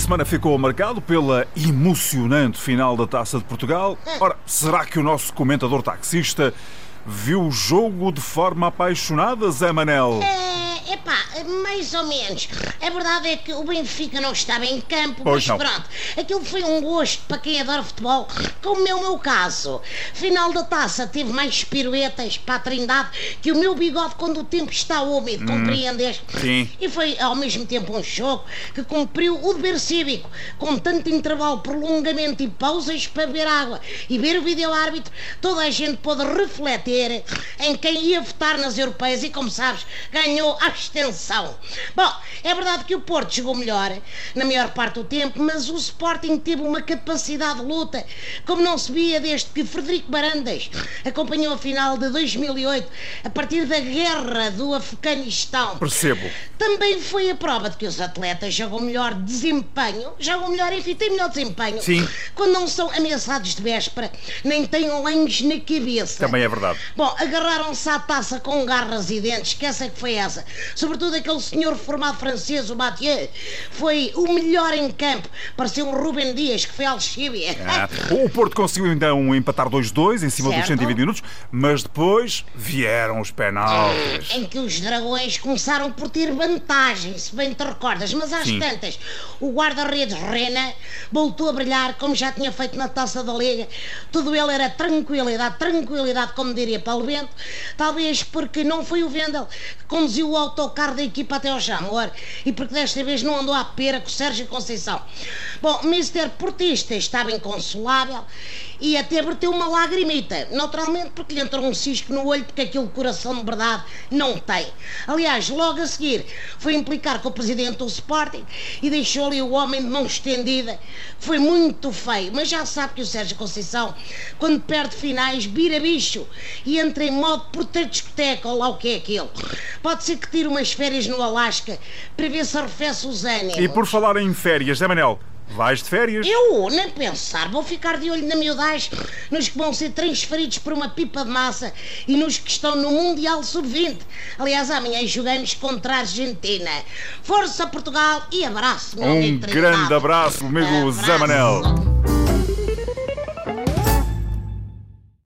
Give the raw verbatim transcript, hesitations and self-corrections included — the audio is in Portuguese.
semana ficou marcado pela emocionante final da Taça de Portugal. Ora, será que o nosso comentador taxista viu o jogo de forma apaixonada, Zé Manel? É, epá, mais ou menos. A verdade é que o Benfica não estava em campo, pois mas não. Pronto, aquilo foi um gosto para quem adora futebol, como é o meu caso. Final da Taça teve mais piruetas para a Trindade que o meu bigode quando o tempo está úmido, hum, compreendeste? Sim. E foi ao mesmo tempo um jogo que cumpriu o dever cívico, com tanto intervalo, prolongamento e pausas para beber água e ver o vídeo-árbitro. Toda a gente pôde refletir em quem ia votar nas europeias e, como sabes, ganhou a abstenção. Bom, é verdade que o Porto jogou melhor na maior parte do tempo, mas o Sporting teve uma capacidade de luta como não se via desde que Frederico Barandas acompanhou a final de dois mil e oito a partir da guerra do Afeganistão. Percebo. Também foi a prova de que os atletas jogam melhor desempenho, jogam melhor, enfim, têm melhor desempenho. Sim. Quando não são ameaçados de véspera, nem têm lãs na cabeça. Também é verdade. Bom, agarraram-se à taça com garras e dentes, esquece que foi essa. Sobretudo aquele senhor formado francês, o Mathieu, foi o melhor em campo. Pareceu um Rubem Dias que foi ao Alxíbia. Ah, o Porto conseguiu então empatar dois a dois em cima Certo. dos cento e vinte minutos, mas depois vieram os penaltis. Em que os dragões começaram por ter vantagem, se bem te recordas, mas às Sim. tantas o guarda-redes Rena voltou a brilhar como já tinha feito na Taça da Liga. Tudo ele era tranquilidade, tranquilidade, como diria Paulo Bento, talvez porque não foi o Vendel que conduziu o autocarro da equipa até ao Jamor e porque desta vez não andou à pera com o Sérgio Conceição. Bom, mister Portista estava inconsolável e até verteu uma lagrimita, naturalmente porque lhe entrou um cisco no olho, porque aquele coração de verdade não tem. Aliás, logo a seguir foi implicar com o presidente do Sporting e deixou ali o homem de mão estendida. Foi muito feio, mas já sabe que o Sérgio Conceição, quando perde finais, vira bicho e entra em modo porteiro de discoteca, ou lá o que é aquilo. Pode ser que tire umas férias no Alasca para ver se arrefece os ânimos. E por falar em férias, Zé Manel, vais de férias? Eu, nem pensar, vou ficar de olho na miudagem, nos que vão ser transferidos por uma pipa de massa e nos que estão no Mundial sub vinte. Aliás, amanhã jogamos contra a Argentina. Força Portugal e abraço, meu Um amigo Trindade. grande abraço, amigo Abraço. Zé Manel.